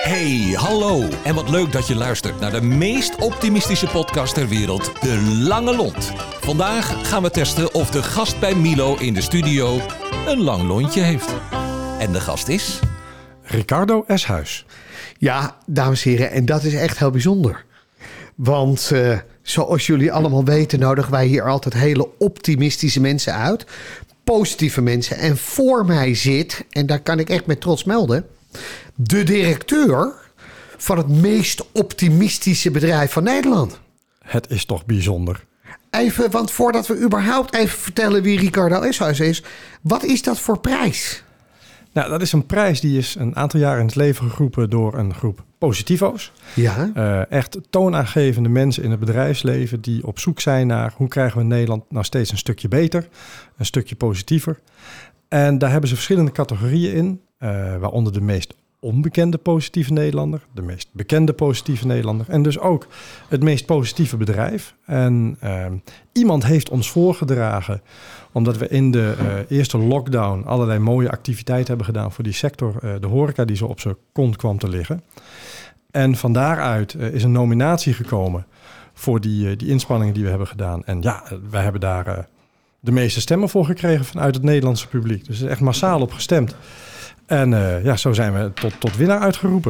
Hey, hallo. En wat leuk dat je luistert naar de meest optimistische podcast ter wereld, De Lange Lont. Vandaag gaan we testen of de gast bij Milo in de studio een lang lontje heeft. En de gast is... Ricardo Eshuis. Ja, dames en heren, en dat is echt heel bijzonder. Want zoals jullie allemaal weten, nodigen wij hier altijd hele optimistische mensen uit. Positieve mensen. En voor mij zit, en daar kan ik echt met trots melden, de directeur van het meest optimistische bedrijf van Nederland. Het is toch bijzonder. Even, want voordat we überhaupt even vertellen wie Ricardo Eshuis is, wat is dat voor prijs? Nou, dat is een prijs die is een aantal jaar in het leven geroepen door een groep positivo's. Ja. Echt toonaangevende mensen in het bedrijfsleven die op zoek zijn naar hoe krijgen we Nederland nou steeds een stukje beter, een stukje positiever. En daar hebben ze verschillende categorieën in, waaronder de meest onbekende positieve Nederlander, de meest bekende positieve Nederlander en dus ook het meest positieve bedrijf. En iemand heeft ons voorgedragen, omdat we in de eerste lockdown allerlei mooie activiteiten hebben gedaan voor die sector, de horeca die zo op zijn kont kwam te liggen. En van daaruit is een nominatie gekomen voor die inspanningen die we hebben gedaan. En ja, wij hebben daar de meeste stemmen voor gekregen vanuit het Nederlandse publiek. Dus er is echt massaal op gestemd. En zo zijn we tot winnaar uitgeroepen.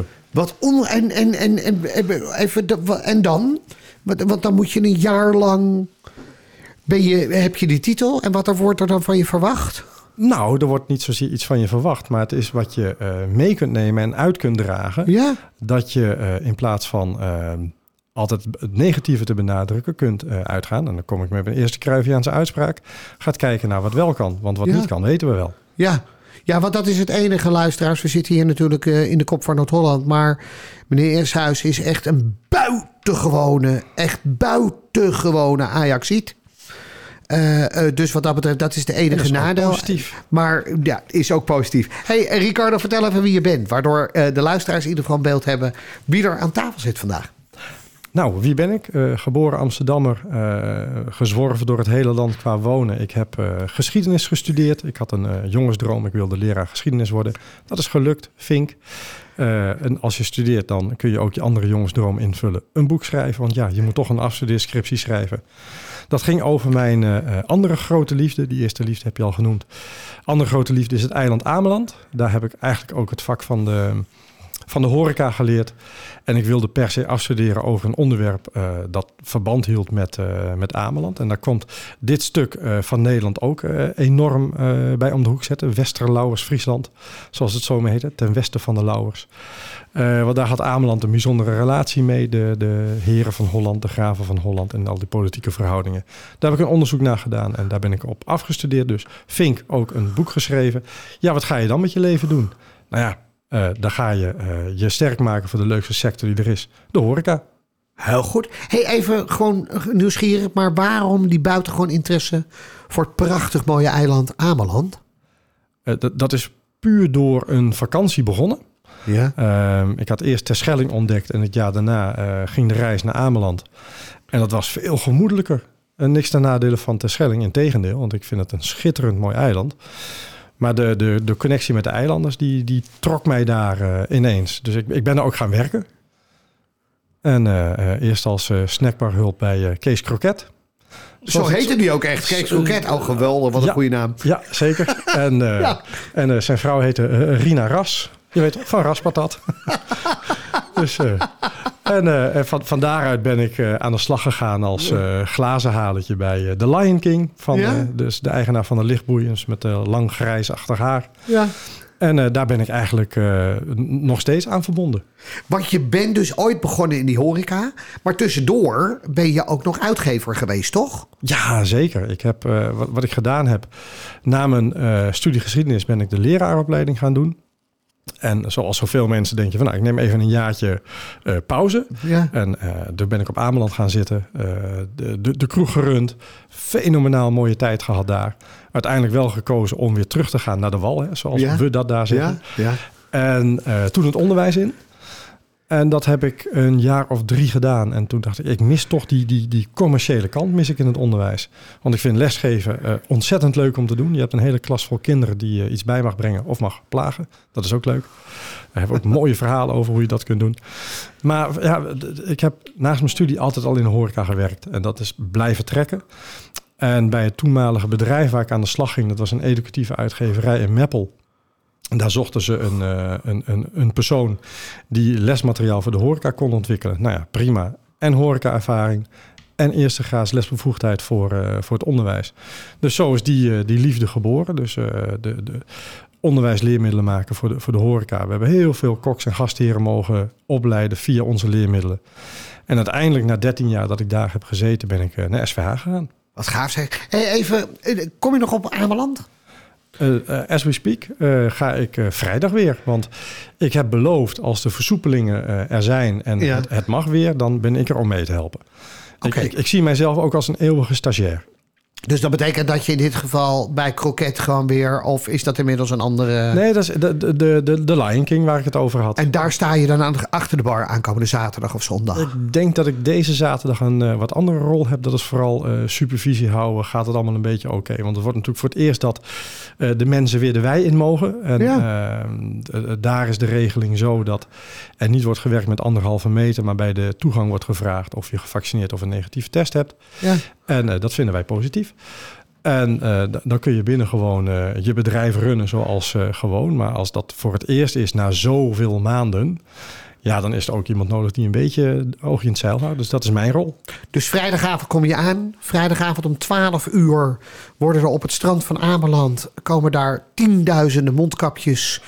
En dan? Want dan moet je een jaar lang... heb je die titel en wat wordt er dan van je verwacht? Nou, er wordt niet zozeer iets van je verwacht, maar het is wat je mee kunt nemen en uit kunt dragen. Ja. Dat je in plaats van altijd het negatieve te benadrukken kunt uitgaan. En dan kom ik met mijn eerste Cruyffiaanse uitspraak. Gaat kijken naar wat wel kan, want wat niet kan weten we wel. Ja. Ja, want dat is het enige, luisteraars. We zitten hier natuurlijk in de kop van Noord-Holland. Maar meneer Eshuis is echt een buitengewone Ajaxiet. Dus wat dat betreft, dat is de enige nadeel. Positief. Maar ja, is ook positief. Hey, Ricardo, vertel even wie je bent. Waardoor de luisteraars in ieder geval een beeld hebben wie er aan tafel zit vandaag. Nou, wie ben ik? Geboren Amsterdammer, gezworven door het hele land qua wonen. Ik heb geschiedenis gestudeerd. Ik had een jongensdroom, ik wilde leraar geschiedenis worden. Dat is gelukt, vink. En als je studeert, dan kun je ook je andere jongensdroom invullen. Een boek schrijven, want ja, je moet toch een afstudeerscriptie schrijven. Dat ging over mijn andere grote liefde. Die eerste liefde heb je al genoemd. Andere grote liefde is het eiland Ameland. Daar heb ik eigenlijk ook het vak van de horeca geleerd. En ik wilde per se afstuderen over een onderwerp dat verband hield met Ameland. En daar komt dit stuk van Nederland ook enorm bij om de hoek zetten. Westerlauwers, Friesland, zoals het zo heette, ten westen van de Lauwers. Want daar had Ameland een bijzondere relatie mee. De heren van Holland, de graven van Holland en al die politieke verhoudingen. Daar heb ik een onderzoek naar gedaan en daar ben ik op afgestudeerd. Dus Vink ook een boek geschreven. Ja, wat ga je dan met je leven doen? Nou ja, dan ga je je sterk maken voor de leukste sector die er is. De horeca. Heel goed. Hey, even gewoon nieuwsgierig, maar waarom die buitengewoon interesse voor het prachtig mooie eiland Ameland? Dat is puur door een vakantie begonnen. Ja. Ik had eerst Terschelling ontdekt en het jaar daarna ging de reis naar Ameland. En dat was veel gemoedelijker. En niks ten nadele van Terschelling, integendeel, want ik vind het een schitterend mooi eiland. Maar de connectie met de eilanders, die trok mij daar ineens. Dus ik ben er ook gaan werken. En eerst als snackbarhulp bij Kees Kroket. Zo heette die ook echt, Kees Kroket. Oh, geweldig, wat een goede naam. Ja, zeker. En zijn vrouw heette Rina Ras. Je weet van Raspatat. Dus, van daaruit ben ik aan de slag gegaan als glazenhalertje bij The Lion King. Dus de eigenaar van de lichtboeiens met lang grijsachtig haar. Ja. En daar ben ik eigenlijk nog steeds aan verbonden. Want je bent dus ooit begonnen in die horeca. Maar tussendoor ben je ook nog uitgever geweest, toch? Ja, zeker. Ik heb, wat ik gedaan heb, na mijn studie geschiedenis ben ik de leraaropleiding gaan doen. En zoals zoveel mensen denk je van, nou, ik neem even een jaartje pauze. Ja. En toen ben ik op Ameland gaan zitten. De kroeg gerund. Fenomenaal mooie tijd gehad daar. Uiteindelijk wel gekozen om weer terug te gaan naar de wal. Hè, zoals we dat daar zeggen. Ja. Ja. En toen het onderwijs in. En dat heb ik een jaar of 3 gedaan. En toen dacht ik mis toch die commerciële kant mis ik in het onderwijs. Want ik vind lesgeven ontzettend leuk om te doen. Je hebt een hele klas vol kinderen die je iets bij mag brengen of mag plagen. Dat is ook leuk. We hebben ook mooie verhalen over hoe je dat kunt doen. Maar ja, ik heb naast mijn studie altijd al in de horeca gewerkt. En dat is blijven trekken. En bij het toenmalige bedrijf waar ik aan de slag ging, dat was een educatieve uitgeverij in Meppel. En daar zochten ze een persoon die lesmateriaal voor de horeca kon ontwikkelen. Nou ja, prima. En horeca-ervaring en eerste graads lesbevoegdheid voor het onderwijs. Dus zo is die liefde geboren. Dus de onderwijsleermiddelen maken voor de horeca. We hebben heel veel koks en gastheren mogen opleiden via onze leermiddelen. En uiteindelijk na 13 jaar dat ik daar heb gezeten, ben ik naar SVH gegaan. Wat gaaf zeg. Hey, even, kom je nog op Ameland? As we speak ga ik vrijdag weer. Want ik heb beloofd, als de versoepelingen er zijn en het mag weer, dan ben ik er om mee te helpen. Okay. Ik zie mijzelf ook als een eeuwige stagiair. Dus dat betekent dat je in dit geval bij Kroket gewoon weer... of is dat inmiddels een andere... Nee, dat is de Lion King waar ik het over had. En daar sta je dan achter de bar aankomende zaterdag of zondag? Ik denk dat ik deze zaterdag een wat andere rol heb. Dat is vooral supervisie houden. Gaat het allemaal een beetje oké? Want het wordt natuurlijk voor het eerst dat de mensen weer de wei in mogen. En daar is de regeling zo dat er niet wordt gewerkt met 1,5 meter... maar bij de toegang wordt gevraagd of je gevaccineerd of een negatieve test hebt. Ja. En dat vinden wij positief. En dan kun je binnen gewoon je bedrijf runnen zoals gewoon. Maar als dat voor het eerst is na zoveel maanden... ja, dan is er ook iemand nodig die een beetje oogje in het zeil houdt. Dus dat is mijn rol. Dus vrijdagavond kom je aan. Vrijdagavond om 12 uur worden er op het strand van Ameland... komen daar 10.000 mondkapjes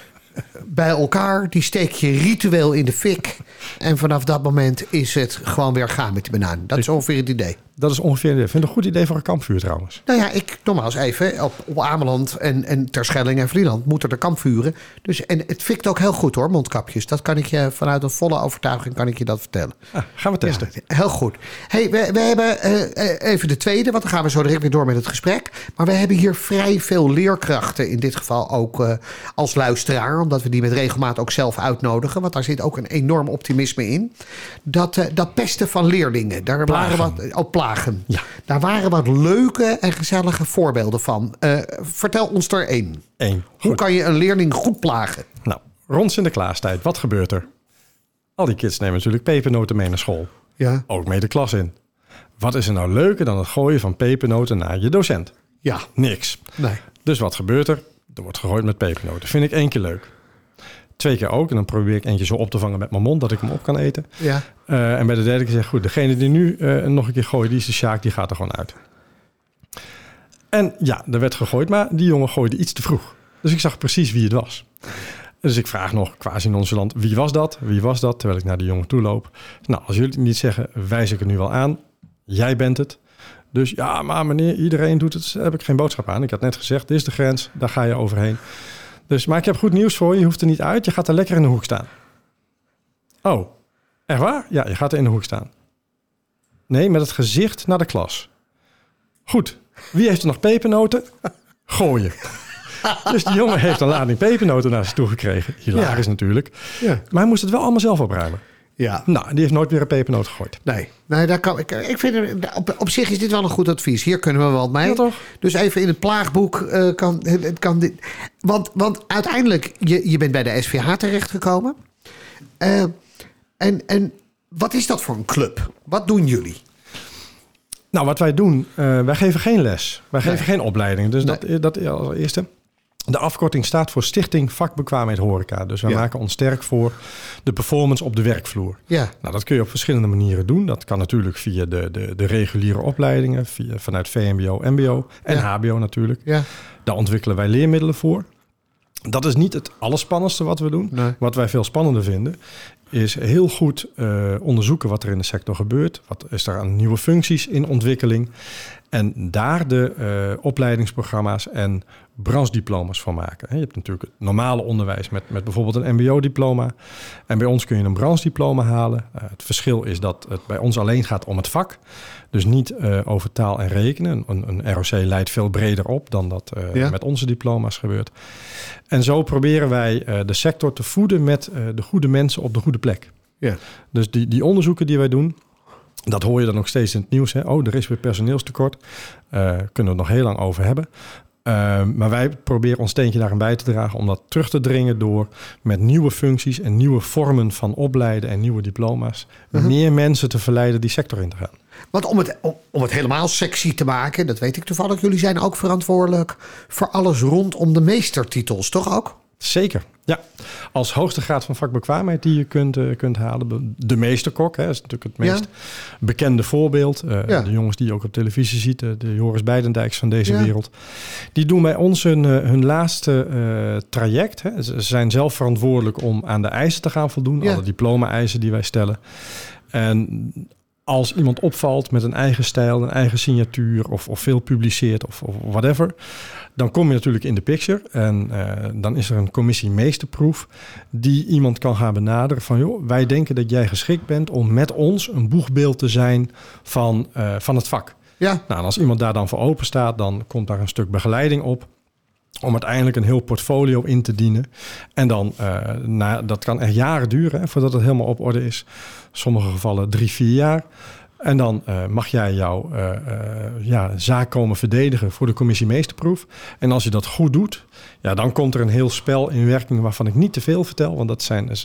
bij elkaar. Die steek je ritueel in de fik. En vanaf dat moment is het gewoon weer gaan met die banaan. Dat is ongeveer het idee. Dat is ongeveer het idee. Ik vind het een goed idee voor een kampvuur trouwens. Nou ja, nogmaals even. Op Ameland en Terschelling en Vlieland moeten er kampvuren. Dus, en het fikt ook heel goed hoor, mondkapjes. Dat kan ik je vanuit een volle overtuiging kan ik je dat vertellen. Gaan we testen. Ja, heel goed. Hey, we hebben even de tweede, want dan gaan we zo direct weer door met het gesprek. Maar we hebben hier vrij veel leerkrachten, in dit geval ook als luisteraar. Omdat we die met regelmaat ook zelf uitnodigen. Want daar zit ook een enorm optimisme in. Dat pesten van leerlingen. Daar waren wat... plagen. Ja. Daar waren wat leuke en gezellige voorbeelden van. Vertel ons er één. Hoe kan je een leerling goed plagen? Nou, rond Sinterklaastijd, wat gebeurt er? Al die kids nemen natuurlijk pepernoten mee naar school. Ja. Ook mee de klas in. Wat is er nou leuker dan het gooien van pepernoten naar je docent? Ja. Niks. Nee. Dus wat gebeurt er? Er wordt gegooid met pepernoten. Vind ik 1 keer leuk. 2 keer ook. En dan probeer ik eentje zo op te vangen met mijn mond... dat ik hem op kan eten. Ja. En bij de derde keer zeg ik... goed, degene die nu nog een keer gooit... die is de Sjaak, die gaat er gewoon uit. En ja, er werd gegooid... maar die jongen gooide iets te vroeg. Dus ik zag precies wie het was. Dus ik vraag nog quasi nonchalant... wie was dat? Wie was dat? Terwijl ik naar die jongen toe loop. Nou, als jullie het niet zeggen... wijs ik het nu wel aan. Jij bent het. Dus ja, maar meneer, iedereen doet het. Daar heb ik geen boodschap aan. Ik had net gezegd, dit is de grens. Daar ga je overheen. Dus, maar ik heb goed nieuws voor je. Je hoeft er niet uit. Je gaat er lekker in de hoek staan. Oh, echt waar? Ja, je gaat er in de hoek staan. Nee, met het gezicht naar de klas. Goed. Wie heeft er nog pepernoten? Gooien. Dus die jongen heeft een lading pepernoten naar zich toe gekregen. Hilarisch natuurlijk. Ja. Maar hij moest het wel allemaal zelf opruimen. Ja. Nou, die heeft nooit weer een pepernoot gegooid. Nee, daar kan ik vind op zich is dit wel een goed advies. Hier kunnen we wel mee. Ja, toch? Dus even in het plaagboek kan dit. Want uiteindelijk, je bent bij de SVH terechtgekomen. En wat is dat voor een club? Wat doen jullie? Nou, wat wij doen, wij geven geen les. Wij geven geen opleiding. Dus dat als eerste. De afkorting staat voor Stichting Vakbekwaamheid Horeca. Dus wij maken ons sterk voor de performance op de werkvloer. Ja. Nou, dat kun je op verschillende manieren doen. Dat kan natuurlijk via de reguliere opleidingen, vanuit VMBO, MBO en HBO natuurlijk. Ja. Daar ontwikkelen wij leermiddelen voor. Dat is niet het allerspannendste wat we doen. Nee. Wat wij veel spannender vinden, is heel goed onderzoeken wat er in de sector gebeurt. Wat is er aan nieuwe functies in ontwikkeling? En daar de opleidingsprogramma's en branchediploma's van maken. Je hebt natuurlijk het normale onderwijs met bijvoorbeeld een mbo-diploma. En bij ons kun je een branchediploma halen. Het verschil is dat het bij ons alleen gaat om het vak. Dus niet over taal en rekenen. Een ROC leidt veel breder op dan dat met onze diploma's gebeurt. En zo proberen wij de sector te voeden met de goede mensen op de goede plek. Ja. Dus die onderzoeken die wij doen, dat hoor je dan nog steeds in het nieuws. Hè? Oh, er is weer personeelstekort. Kunnen we het nog heel lang over hebben. Maar wij proberen ons steentje daarin bij te dragen om dat terug te dringen door met nieuwe functies en nieuwe vormen van opleiden en nieuwe diploma's meer mensen te verleiden die sector in te gaan. Want om het helemaal sexy te maken, dat weet ik toevallig, jullie zijn ook verantwoordelijk voor alles rondom de meestertitels, toch ook? Zeker, ja. Als hoogste graad van vakbekwaamheid die je kunt halen. De meesterkok, hè, is natuurlijk het meest bekende voorbeeld. De jongens die je ook op televisie ziet, de Joris Beidendijks van deze wereld. Die doen bij ons hun laatste traject. Hè. Ze zijn zelf verantwoordelijk om aan de eisen te gaan voldoen. Alle diploma-eisen die wij stellen. En als iemand opvalt met een eigen stijl, een eigen signatuur of veel publiceert of whatever, dan kom je natuurlijk in de picture. En dan is er een commissie meesterproef die iemand kan gaan benaderen van, joh, wij denken dat jij geschikt bent om met ons een boegbeeld te zijn van het vak. Ja. Nou, en als iemand daar dan voor open staat, dan komt daar een stuk begeleiding op om uiteindelijk een heel portfolio in te dienen. En dan, dat kan echt jaren duren voordat het helemaal op orde is. In sommige gevallen 3-4 jaar. En dan mag jij jouw zaak komen verdedigen voor de commissie meesterproef. En als je dat goed doet, dan komt er een heel spel in werking waarvan ik niet te veel vertel. Want dat zijn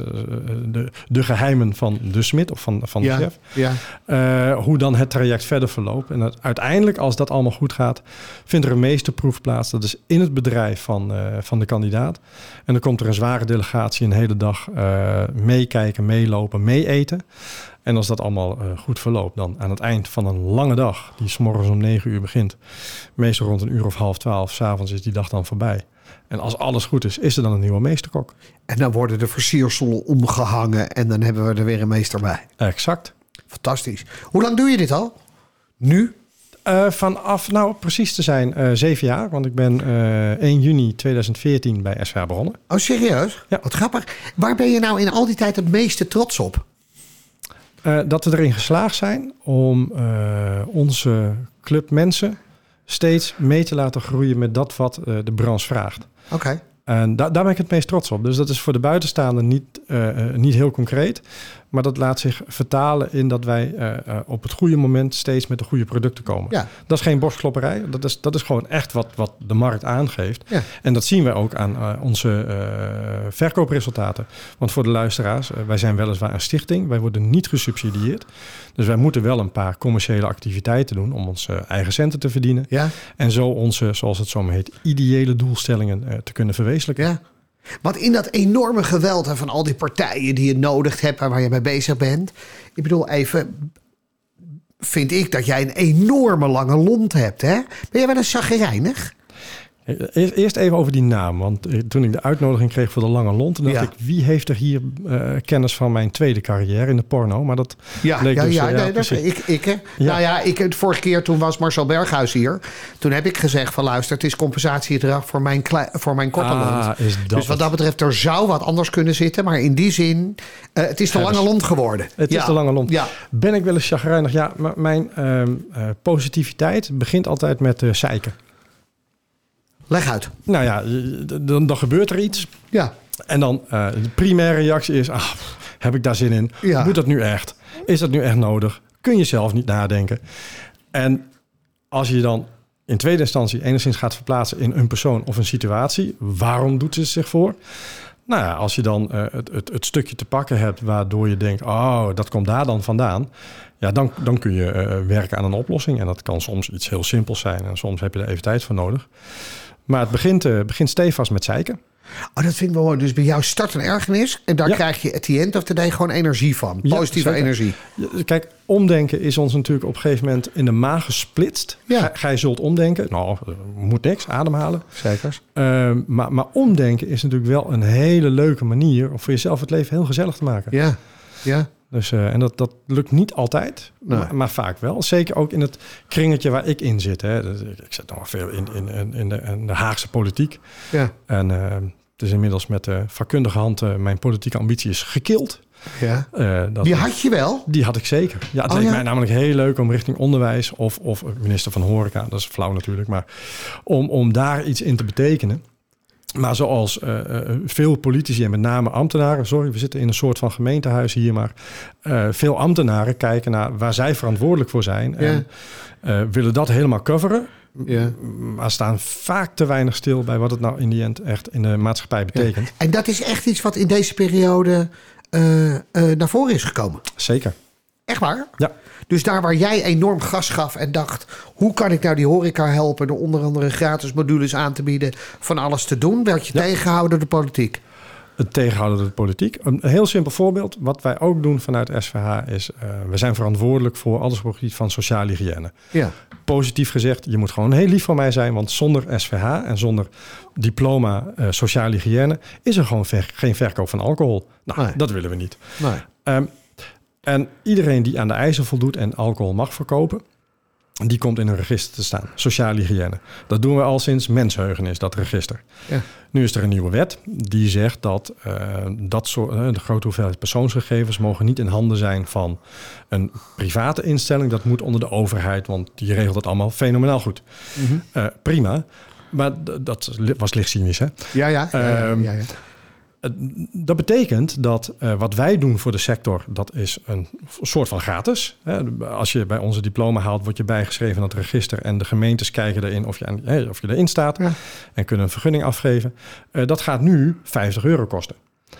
de geheimen van de smid of van de chef. Ja. Hoe dan het traject verder verloopt. En uiteindelijk, als dat allemaal goed gaat, vindt er een meesterproef plaats. Dat is in het bedrijf van de kandidaat. En dan komt er een zware delegatie een hele dag meekijken, meelopen, meeeten. En als dat allemaal goed verloopt, dan aan het eind van een lange dag, die 's morgens om 9 uur begint, meestal rond 11:30, 's avonds is die dag dan voorbij. En als alles goed is er dan een nieuwe meesterkok. En dan worden de versierselen omgehangen en dan hebben we er weer een meester bij. Exact. Fantastisch. Hoe lang doe je dit al? Nu? Vanaf, precies te zijn, 7 jaar. Want ik ben 1 juni 2014 bij SVA begonnen. Oh, serieus? Ja. Wat grappig. Waar ben je nou in al die tijd het meeste trots op? Dat we erin geslaagd zijn om onze club mensen steeds mee te laten groeien met dat wat de branche vraagt. Oké. En daar ben ik het meest trots op. Dus dat is voor de buitenstaander niet heel concreet. Maar dat laat zich vertalen in dat wij op het goede moment steeds met de goede producten komen. Ja. Dat is geen borstklopperij. Dat is gewoon echt wat de markt aangeeft. Ja. En dat zien wij ook aan onze verkoopresultaten. Want voor de luisteraars, wij zijn weliswaar een stichting. Wij worden niet gesubsidieerd. Dus wij moeten wel een paar commerciële activiteiten doen om onze eigen centen te verdienen. Ja. En zo onze, zoals het zo maar heet, ideële doelstellingen te kunnen verwezenlijken. Ja. Want in dat enorme geweld van al die partijen die je nodig hebt en waar je mee bezig bent. Ik bedoel, even, vind ik dat jij een enorme lange lont hebt. Hè? Ben jij wel eens chagrijnig? Eerst even over die naam. Want toen ik de uitnodiging kreeg voor de lange lont, dacht ik, wie heeft er hier kennis van mijn tweede carrière in de porno? Maar dat bleek dus... Ik vorige keer toen was Marcel Berghuis hier. Toen heb ik gezegd van luister, het is compensatiegedrag voor mijn korte lont. Dus wat dat betreft, er zou wat anders kunnen zitten. Maar in die zin, het is de lange lont geworden. Het is de lange lont. Ja. Ben ik wel eens chagrijnig? Ja, maar mijn positiviteit begint altijd met zeiken. Leg uit. Nou ja, dan gebeurt er iets. Ja. En dan de primaire reactie is, heb ik daar zin in? Ja. Moet dat nu echt? Is dat nu echt nodig? Kun je zelf niet nadenken? En als je dan in tweede instantie enigszins gaat verplaatsen in een persoon of een situatie, waarom doet ze het zich voor? Nou ja, als je dan het stukje te pakken hebt waardoor je denkt, dat komt daar dan vandaan. Ja, dan kun je werken aan een oplossing. En dat kan soms iets heel simpels zijn. En soms heb je er even tijd voor nodig. Maar het begint stevast met zeiken. Oh, dat vind ik wel mooi. Dus bij jou start een ergernis en daar krijg je at the end of the day gewoon energie van. Positieve energie. Kijk, omdenken is ons natuurlijk op een gegeven moment in de maag gesplitst. Ja. Gij zult omdenken. Nou, moet niks, ademhalen. Zeker. Maar omdenken is natuurlijk wel een hele leuke manier om voor jezelf het leven heel gezellig te maken. Ja. Ja. Dus, en dat lukt niet altijd, Nee. maar vaak wel. Zeker ook in het kringetje waar ik in zit. Hè. Dus ik zit nog veel in de Haagse politiek. Ja. En het is inmiddels met de vakkundige hand mijn politieke ambitie is gekild. Ja. Dat Die had je wel? Die had ik zeker. Ja, het leek mij namelijk heel leuk om richting onderwijs of minister van Horeca, dat is flauw natuurlijk, maar om daar iets in te betekenen. Maar zoals veel politici en met name ambtenaren, we zitten in een soort van gemeentehuis hier, maar veel ambtenaren kijken naar waar zij verantwoordelijk voor zijn en willen dat helemaal coveren. Ja. Maar staan vaak te weinig stil bij wat het nou in die end echt in de maatschappij betekent. Ja. En dat is echt iets wat in deze periode naar voren is gekomen. Zeker. Echt waar? Ja. Dus daar waar jij enorm gas gaf en dacht, hoe kan ik nou die horeca helpen door onder andere gratis modules aan te bieden, van alles te doen, werd je tegengehouden door de politiek. Het tegenhouden door de politiek. Een heel simpel voorbeeld. Wat wij ook doen vanuit SVH is, we zijn verantwoordelijk voor alles op het gebied van sociale hygiëne. Ja. Positief gezegd, je moet gewoon heel lief voor mij zijn, want zonder SVH en zonder diploma sociale hygiëne is er gewoon geen verkoop van alcohol. Nou, Nee. dat willen we niet. Nee. En iedereen die aan de eisen voldoet en alcohol mag verkopen, die komt in een register te staan. Sociale hygiëne. Dat doen we al sinds mensheugenis, dat register. Ja. Nu is er een nieuwe wet die zegt dat de grote hoeveelheid persoonsgegevens mogen niet in handen zijn van een private instelling. Dat moet onder de overheid, want die regelt het allemaal fenomenaal goed. Mm-hmm. Prima. Maar dat was licht cynisch, hè? Ja. Dat betekent dat wat wij doen voor de sector, dat is een soort van gratis. Als je bij onze diploma haalt, word je bijgeschreven aan het register en de gemeentes kijken erin of je erin staat en kunnen een vergunning afgeven. Dat gaat nu €50 kosten.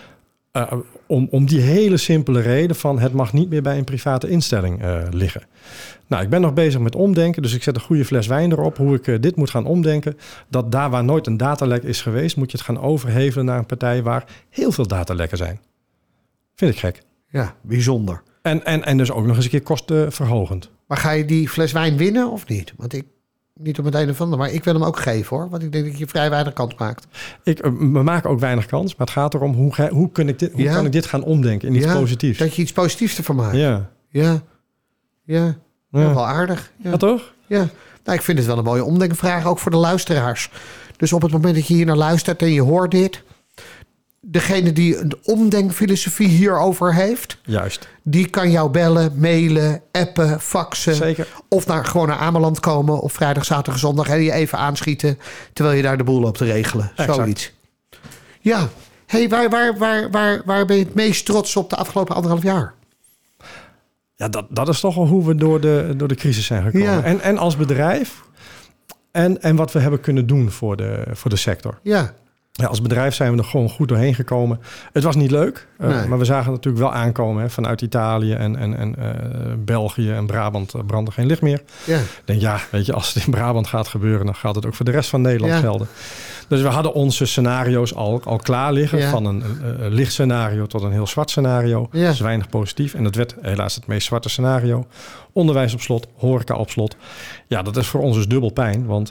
Om die hele simpele reden van het mag niet meer bij een private instelling liggen. Nou, ik ben nog bezig met omdenken, dus ik zet een goede fles wijn erop hoe ik dit moet gaan omdenken. Dat daar waar nooit een datalek is geweest, moet je het gaan overhevelen naar een partij waar heel veel datalekken zijn. Vind ik gek. Ja, bijzonder. En dus ook nog eens een keer kostenverhogend. Maar ga je die fles wijn winnen of niet? Want ik, niet op het een of ander, maar ik wil hem ook geven hoor. Want ik denk dat je vrij weinig kans maakt. We maken ook weinig kans, maar het gaat erom hoe kan ik dit gaan omdenken in iets positiefs. Dat je iets positiefs ervan maakt. Ja. Ja, wel aardig. Ja, toch? Ja, nou, ik vind het wel een mooie omdenkvraag, ook voor de luisteraars. Dus op het moment dat je hier naar luistert en je hoort dit, degene die een omdenkfilosofie hierover heeft, Juist. die kan jou bellen, mailen, appen, faxen. Zeker. Of gewoon naar Ameland komen op vrijdag, zaterdag, zondag en je even aanschieten terwijl je daar de boel op te regelen. Exact. Zoiets. Ja. Hey, waar ben je het meest trots op de afgelopen 1,5 jaar? Ja, dat is toch wel hoe we door de crisis zijn gekomen. Ja. En als bedrijf en wat we hebben kunnen doen voor de sector. Ja. Ja, als bedrijf zijn we er gewoon goed doorheen gekomen. Het was niet leuk, Nee. maar we zagen het natuurlijk wel aankomen. Vanuit Italië en België en Brabant brandt er geen licht meer. Ja. Ik denk, weet je, als het in Brabant gaat gebeuren, dan gaat het ook voor de rest van Nederland gelden. Dus we hadden onze scenario's al klaar liggen. Ja. Van een licht scenario tot een heel zwart scenario. Ja. Dus weinig positief. En dat werd helaas het meest zwarte scenario. Onderwijs op slot, horeca op slot. Ja, dat is voor ons dus dubbel pijn. Want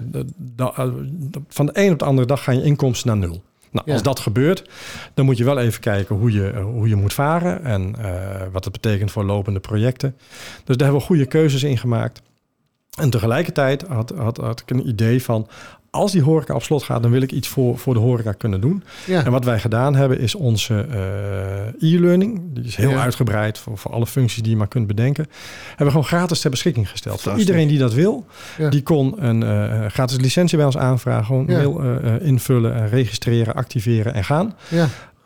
van de een op de andere dag gaan je inkomsten naar nul. Nou, als dat gebeurt, dan moet je wel even kijken hoe je moet varen. En wat het betekent voor lopende projecten. Dus daar hebben we goede keuzes in gemaakt. En tegelijkertijd had ik een idee van, als die horeca op slot gaat, dan wil ik iets voor de horeca kunnen doen. Ja. En wat wij gedaan hebben, is onze e-learning. Die is heel uitgebreid voor alle functies die je maar kunt bedenken. Hebben we gewoon gratis ter beschikking gesteld. Voor iedereen die dat wil, die kon een gratis licentie bij ons aanvragen. Gewoon mail invullen, en registreren, activeren en gaan. Ja.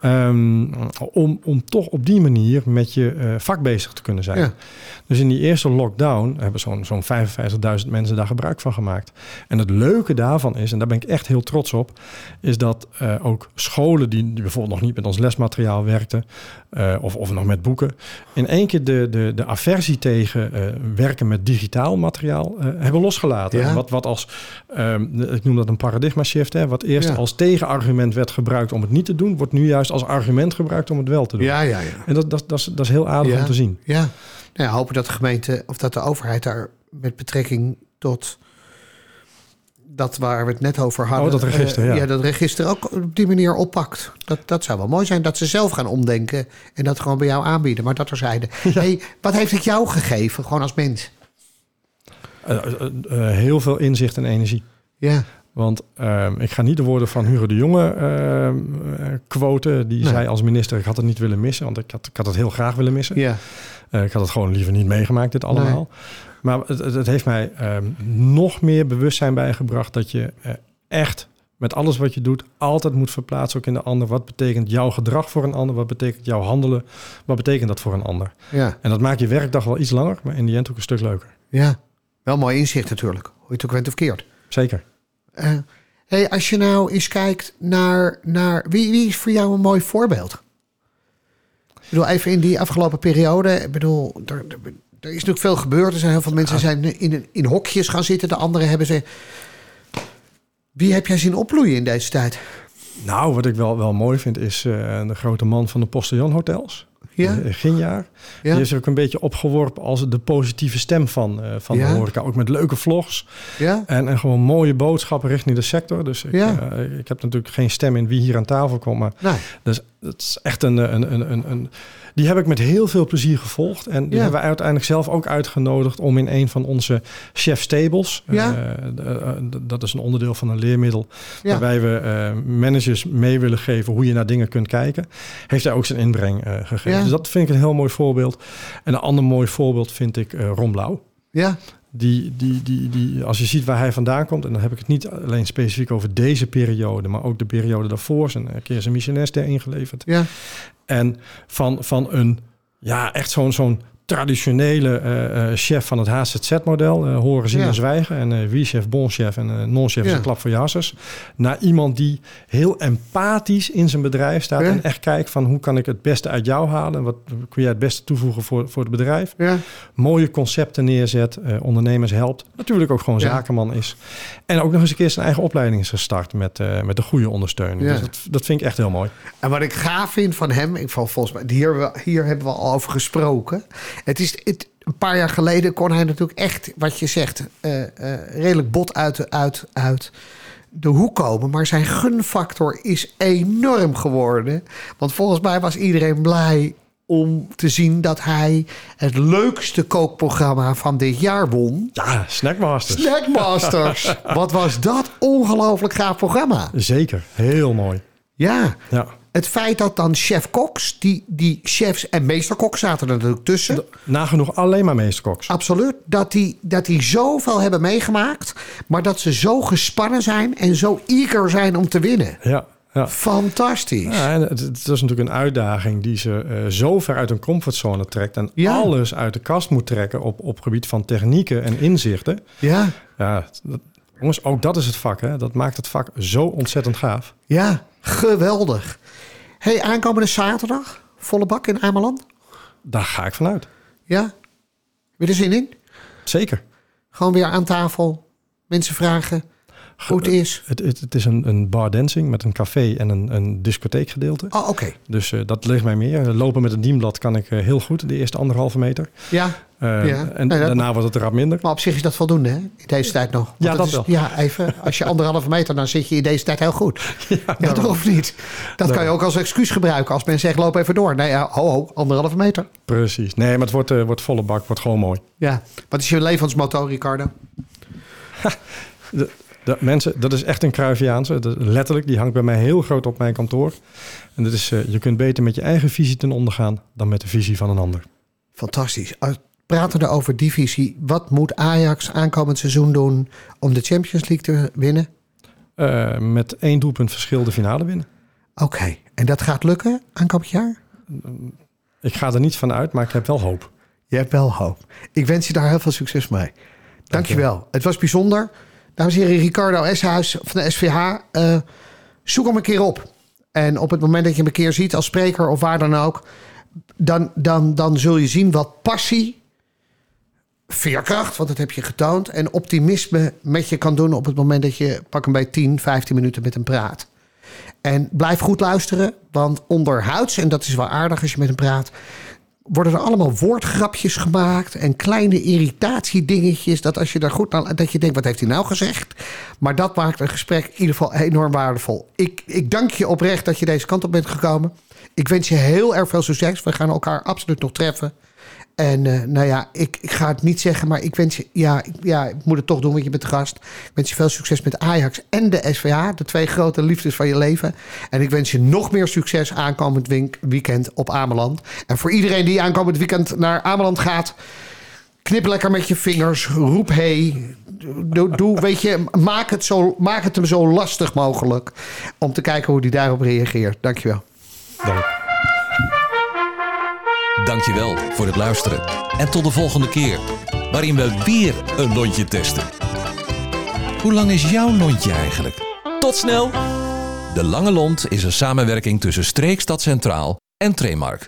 Om toch op die manier met je vak bezig te kunnen zijn. Ja. Dus in die eerste lockdown hebben zo'n 55.000 mensen daar gebruik van gemaakt. En het leuke daarvan is, en daar ben ik echt heel trots op, is dat ook scholen die bijvoorbeeld nog niet met ons lesmateriaal werkten, of nog met boeken, in één keer de aversie tegen werken met digitaal materiaal hebben losgelaten. Ja. Wat als, ik noem dat een paradigma shift, hè, wat eerst als tegenargument werd gebruikt om het niet te doen, wordt nu juist als argument gebruikt om het wel te doen. Ja. En dat is heel aardig om te zien. Ja. Nou, hopen dat de gemeente of dat de overheid daar met betrekking tot dat waar we het net over hadden. Dat register, ja. Dat register ook op die manier oppakt. Dat zou wel mooi zijn, dat ze zelf gaan omdenken en dat gewoon bij jou aanbieden. Maar dat terzijde. Ja. Hey, wat heeft het jou gegeven, gewoon als mens? Heel veel inzicht en energie. Ja. Want ik ga niet de woorden van Hugo de Jonge quoten. Die zei als minister, ik had het niet willen missen. Want ik had het heel graag willen missen. Ja. Ik had het gewoon liever niet meegemaakt, dit allemaal. Nee. Maar het heeft mij nog meer bewustzijn bijgebracht dat je echt met alles wat je doet altijd moet verplaatsen ook in de ander. Wat betekent jouw gedrag voor een ander? Wat betekent jouw handelen? Wat betekent dat voor een ander? Ja. En dat maakt je werkdag wel iets langer, maar in die end ook een stuk leuker. Ja, wel mooi inzicht natuurlijk. Hoe je het ook went of keert. Zeker. Hey, als je nou eens kijkt naar wie is voor jou een mooi voorbeeld? Ik bedoel, even in die afgelopen periode. Ik bedoel, er is natuurlijk veel gebeurd. Er zijn heel veel mensen zijn in hokjes gaan zitten. De anderen hebben ze... Wie heb jij zien opbloeien in deze tijd? Nou, wat ik wel mooi vind is de grote man van de Postillon Hotels. Ja? Ginjaar. Ja. Die is er ook een beetje opgeworpen als de positieve stem van de horeca. Ook met leuke vlogs. Ja? En gewoon mooie boodschappen richting de sector. Dus ik heb natuurlijk geen stem in wie hier aan tafel komt. Maar dus, het is echt een die heb ik met heel veel plezier gevolgd. En die hebben we uiteindelijk zelf ook uitgenodigd om in een van onze chef tables. Dat is een onderdeel van een leermiddel. Waarbij we managers mee willen geven hoe je naar dingen kunt kijken. Heeft hij ook zijn inbreng gegeven. Ja. Dus dat vind ik een heel mooi voorbeeld. En een ander mooi voorbeeld vind ik Ron Blauw. Ja. Die, als je ziet waar hij vandaan komt... en dan heb ik het niet alleen specifiek over deze periode... maar ook de periode daarvoor. Een keer zijn Michelin-ster ingeleverd. Ja. En van een, echt zo'n traditionele chef van het HZZ-model... horen, zien en zwijgen. En wie chef, bon chef en non-chef is een klap voor je hassers. Naar iemand die heel empathisch in zijn bedrijf staat... en echt kijkt van hoe kan ik het beste uit jou halen... wat kun jij het beste toevoegen voor het bedrijf. Ja. Mooie concepten neerzet, ondernemers helpt. Natuurlijk ook gewoon zakenman is. En ook nog eens een keer zijn eigen opleiding is gestart... met de goede ondersteuning. Ja. Dus dat vind ik echt heel mooi. En wat ik gaaf vind van hem... volgens mij, hier hebben we al over gesproken... een paar jaar geleden kon hij natuurlijk echt, wat je zegt... redelijk bot uit de hoek komen. Maar zijn gunfactor is enorm geworden. Want volgens mij was iedereen blij om te zien... dat hij het leukste kookprogramma van dit jaar won. Ja, Snackmasters. Wat was dat ongelooflijk gaaf programma. Zeker, heel mooi. Ja. Het feit dat dan chef-koks, die chefs en meesterkoks zaten er natuurlijk tussen. Nagenoeg alleen maar meesterkoks. Absoluut. Dat die zoveel hebben meegemaakt, maar dat ze zo gespannen zijn en zo eager zijn om te winnen. Ja. Fantastisch. Ja, en het is natuurlijk een uitdaging die ze zo ver uit hun comfortzone trekt... en alles uit de kast moet trekken op gebied van technieken en inzichten. Ja. Jongens, ook dat is het vak. Hè? Dat maakt het vak zo ontzettend gaaf. Ja, geweldig. Hey, aankomende zaterdag, volle bak in Ameland? Daar ga ik vanuit. Ja? Heb je er zin in? Zeker. Gewoon weer aan tafel, mensen vragen hoe het is. Het is een bar dancing met een café en een discotheekgedeelte. Oh, oké. Dus dat ligt mij meer. Lopen met een dienblad kan ik heel goed, de eerste 1,5 meter. Ja. En daarna wordt het er wat minder. Maar op zich is dat voldoende, hè? In deze tijd nog. Want ja, dat wel. Ja, even. Als je 1,5 meter, dan zit je in deze tijd heel goed. Ja, toch of niet? Dat kan je ook als excuus gebruiken. Als mensen zeggen, loop even door. Nee, ho, 1,5 meter. Precies. Nee, maar het wordt volle bak. Wordt gewoon mooi. Ja. Wat is je levensmotto, Ricardo? Mensen, dat is echt een Cruyffiaanse. Letterlijk, die hangt bij mij heel groot op mijn kantoor. En dat is, je kunt beter met je eigen visie ten onder gaan... dan met de visie van een ander. Fantastisch. Praten we over die visie. Wat moet Ajax aankomend seizoen doen om de Champions League te winnen? Met 1 doelpunt verschil de finale winnen. Oké. En dat gaat lukken aankomend jaar? Ik ga er niet van uit, maar ik heb wel hoop. Je hebt wel hoop. Ik wens je daar heel veel succes mee. Dankjewel. Het was bijzonder. Dames en heren, Ricardo Eshuis van de SVH. Zoek hem een keer op. En op het moment dat je hem een keer ziet als spreker of waar dan ook... Dan zul je zien wat passie, veerkracht, want dat heb je getoond... en optimisme met je kan doen op het moment dat je pak hem bij 10, 15 minuten met hem praat. En blijf goed luisteren, want onderhuids, en dat is wel aardig als je met hem praat... worden er allemaal woordgrapjes gemaakt en kleine irritatiedingetjes. Dat als je daar goed naar, dat je denkt, wat heeft hij nou gezegd? Maar dat maakt een gesprek in ieder geval enorm waardevol. Ik dank je oprecht dat je deze kant op bent gekomen. Ik wens je heel erg veel succes. We gaan elkaar absoluut nog treffen. En ik ga het niet zeggen, maar ik wens je... ik moet het toch doen, want je bent de gast. Ik wens je veel succes met Ajax en de SVA. De 2 grote liefdes van je leven. En ik wens je nog meer succes aankomend weekend op Ameland. En voor iedereen die aankomend weekend naar Ameland gaat... knip lekker met je vingers. Roep hey. Doe, weet je, maak het hem zo lastig mogelijk. Om te kijken hoe hij daarop reageert. Dankjewel. Dank. Dankjewel voor het luisteren. En tot de volgende keer, waarin we weer een lontje testen. Hoe lang is jouw lontje eigenlijk? Tot snel! De Lange Lont is een samenwerking tussen Streekstad Centraal en Tremark.